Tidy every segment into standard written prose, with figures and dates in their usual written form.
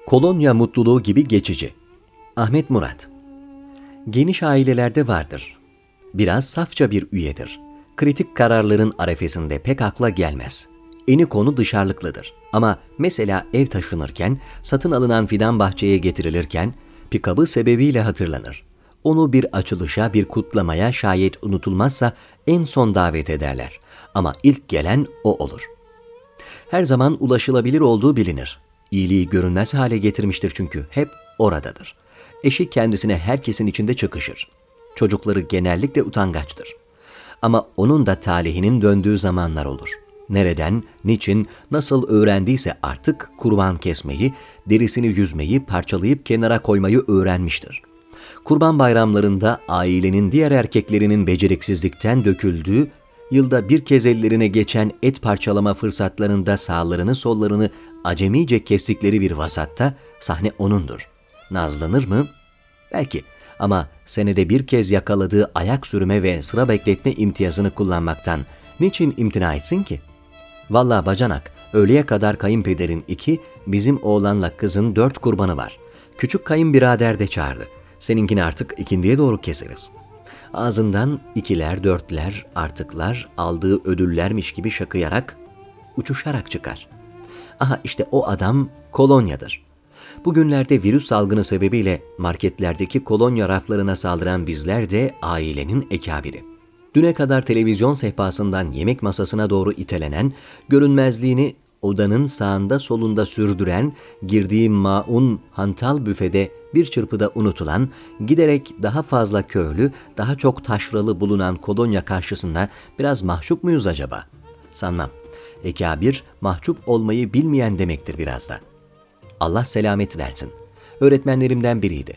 Kolonya mutluluğu gibi geçici. Ahmet Murat. Geniş ailelerde vardır. Biraz safça bir üyedir. Kritik kararların arefesinde pek akla gelmez. Eni konu dışarılıklıdır. Ama mesela ev taşınırken, satın alınan fidan bahçeye getirilirken, pikabı sebebiyle hatırlanır. Onu bir açılışa, bir kutlamaya şayet unutulmazsa en son davet ederler. Ama ilk gelen o olur. Her zaman ulaşılabilir olduğu bilinir. İyiliği görünmez hale getirmiştir çünkü hep oradadır. Eşi kendisine herkesin içinde çıkışır. Çocukları genellikle utangaçtır. Ama onun da talihinin döndüğü zamanlar olur. Nereden, niçin, nasıl öğrendiyse artık kurban kesmeyi, derisini yüzmeyi, parçalayıp kenara koymayı öğrenmiştir. Kurban bayramlarında ailenin diğer erkeklerinin beceriksizlikten döküldüğü, yılda bir kez ellerine geçen et parçalama fırsatlarında sağlarını sollarını acemice kestikleri bir vasatta sahne onundur. Nazlanır mı? Belki. Ama senede bir kez yakaladığı ayak sürme ve sıra bekletme imtiyazını kullanmaktan niçin imtina etsin ki? Vallahi bacanak, öğleye kadar kayınpederin 2, bizim oğlanla kızın 4 kurbanı var. Küçük kayınbirader de çağırdı. Seninkini artık ikindiye doğru keseriz. Ağzından 2'ler, 4'ler, artıklar, aldığı ödüllermiş gibi şakıyarak, uçuşarak çıkar. Aha işte o adam kolonyadır. Bugünlerde virüs salgını sebebiyle marketlerdeki kolonya raflarına saldıran bizler de ailenin ekabiri. Düne kadar televizyon sehpasından yemek masasına doğru itelenen, görünmezliğini odanın sağında solunda sürdüren, girdiği maun hantal büfede bir çırpıda unutulan, giderek daha fazla köylü, daha çok taşralı bulunan kolonya karşısında biraz mahcup muyuz acaba? Sanmam. Ekabir, mahcup olmayı bilmeyen demektir biraz da. Allah selamet versin. Öğretmenlerimden biriydi.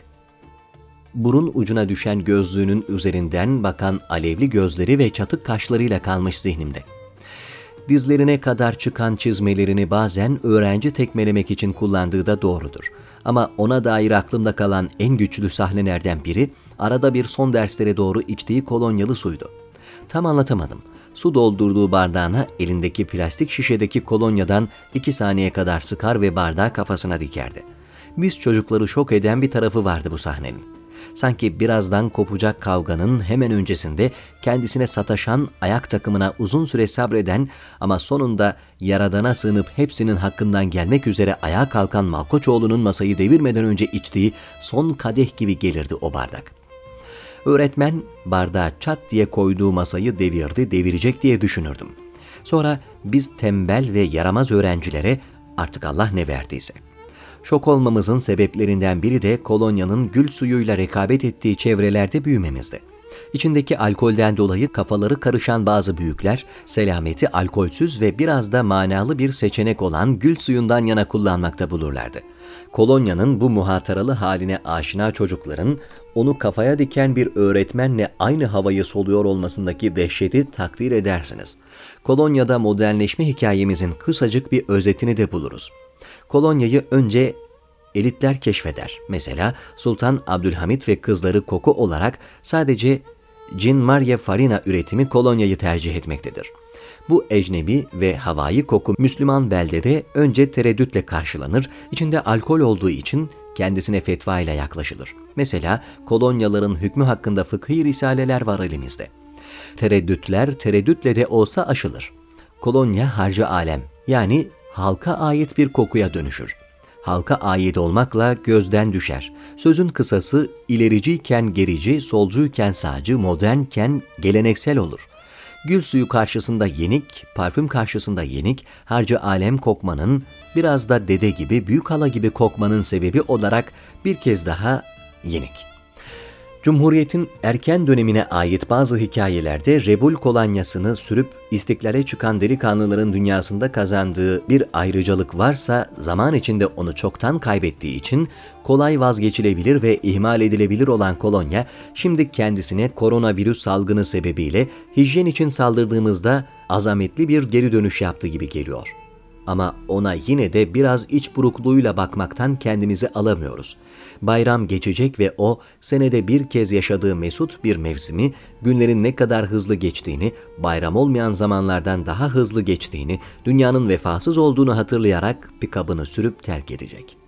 Burun ucuna düşen gözlüğünün üzerinden bakan alevli gözleri ve çatık kaşlarıyla kalmış zihnimde. Dizlerine kadar çıkan çizmelerini bazen öğrenci tekmelemek için kullandığı da doğrudur. Ama ona dair aklımda kalan en güçlü sahnelerden biri, arada bir son derslere doğru içtiği kolonyalı suydu. Tam anlatamadım. Su doldurduğu bardağına elindeki plastik şişedeki kolonyadan 2 saniye kadar sıkar ve bardağı kafasına dikerdi. Biz çocukları şok eden bir tarafı vardı bu sahnenin. Sanki birazdan kopacak kavganın hemen öncesinde kendisine sataşan, ayak takımına uzun süre sabreden ama sonunda Yaradan'a sığınıp hepsinin hakkından gelmek üzere ayağa kalkan Malkoçoğlu'nun masayı devirmeden önce içtiği son kadeh gibi gelirdi o bardak. Öğretmen bardağı çat diye koyduğu masayı devirecek diye düşünürdüm. Sonra biz tembel ve yaramaz öğrencilere artık Allah ne verdiyse. Şok olmamızın sebeplerinden biri de kolonyanın gül suyuyla rekabet ettiği çevrelerde büyümemizdi. İçindeki alkolden dolayı kafaları karışan bazı büyükler, selameti alkolsüz ve biraz da manalı bir seçenek olan gül suyundan yana kullanmakta bulurlardı. Kolonyanın bu muhataralı haline aşina çocukların, onu kafaya diken bir öğretmenle aynı havayı soluyor olmasındaki dehşeti takdir edersiniz. Kolonya'da modernleşme hikayemizin kısacık bir özetini de buluruz. Kolonyayı önce elitler keşfeder. Mesela Sultan Abdülhamit ve kızları koku olarak sadece Cin Maria Farina üretimi kolonyayı tercih etmektedir. Bu ecnebi ve havai koku Müslüman beldede önce tereddütle karşılanır, içinde alkol olduğu için kendisine fetva ile yaklaşılır. Mesela kolonyaların hükmü hakkında fıkhi risaleler var elimizde. Tereddütler tereddütle de olsa aşılır. Kolonya harcı alem, yani halka ait bir kokuya dönüşür. Halka ait olmakla gözden düşer. Sözün kısası ilericiyken gerici, solcuyken sağcı, modernken geleneksel olur. Gül suyu karşısında yenik, parfüm karşısında yenik, harcı alem kokmanın, biraz da dede gibi, büyük hala gibi kokmanın sebebi olarak bir kez daha yenik. Cumhuriyetin erken dönemine ait bazı hikayelerde Rebul kolonyasını sürüp istiklale çıkan delikanlıların dünyasında kazandığı bir ayrıcalık varsa zaman içinde onu çoktan kaybettiği için kolay vazgeçilebilir ve ihmal edilebilir olan kolonya şimdi kendisine koronavirüs salgını sebebiyle hijyen için saldırdığımızda azametli bir geri dönüş yaptığı gibi geliyor. Ama ona yine de biraz iç burukluğuyla bakmaktan kendimizi alamıyoruz. Bayram geçecek ve o, senede bir kez yaşadığı mesut bir mevsimi, günlerin ne kadar hızlı geçtiğini, bayram olmayan zamanlardan daha hızlı geçtiğini, dünyanın vefasız olduğunu hatırlayarak pikabını sürüp terk edecek.